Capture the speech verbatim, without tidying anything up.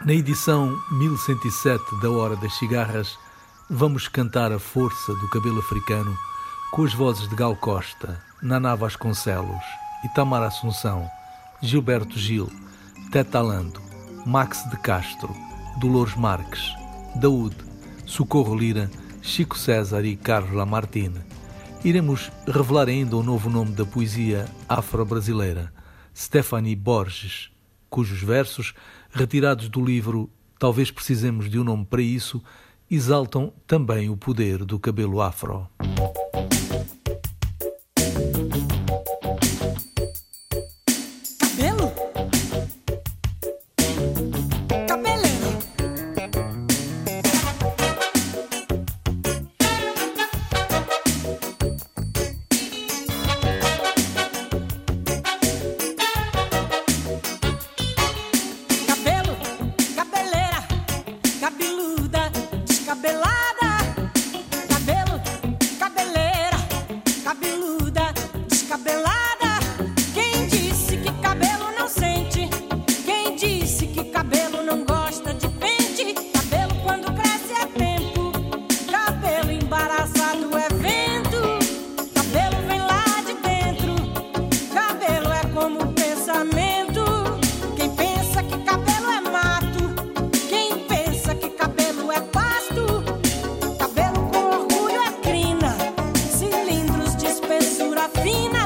Na edição mil cento e sete da Hora das Cigarras, vamos cantar a força do cabelo africano com as vozes de Gal Costa, Naná Vasconcelos, Itamar Assunção, Gilberto Gil, Teta Lando, Max de Castro, Dolores Marques, Daúde, Socorro Lira, Chico César e Carlos Lamartine. Iremos revelar ainda o novo nome da poesia afro-brasileira, Stephanie Borges, cujos versos, retirados do livro Talvez Precisemos de um Nome para Isso, exaltam também o poder do cabelo afro. Cabelo? Cabeleiro. Cabelo, cabeleira, cabeluda, descabelada. Cabelo, cabeleira, cabeluda, descabelada. Quem disse que cabelo não sente? Quem disse que cabelo não gosta de pente? Cabelo quando cresce é tempo, cabelo embaraçado é vento. Cabelo vem lá de dentro, cabelo é como o pensamento. Quem pensa que cabelo é mato, quem pensa que cabelo é pasto. Cabelo com orgulho é crina, cilindros de espessura fina.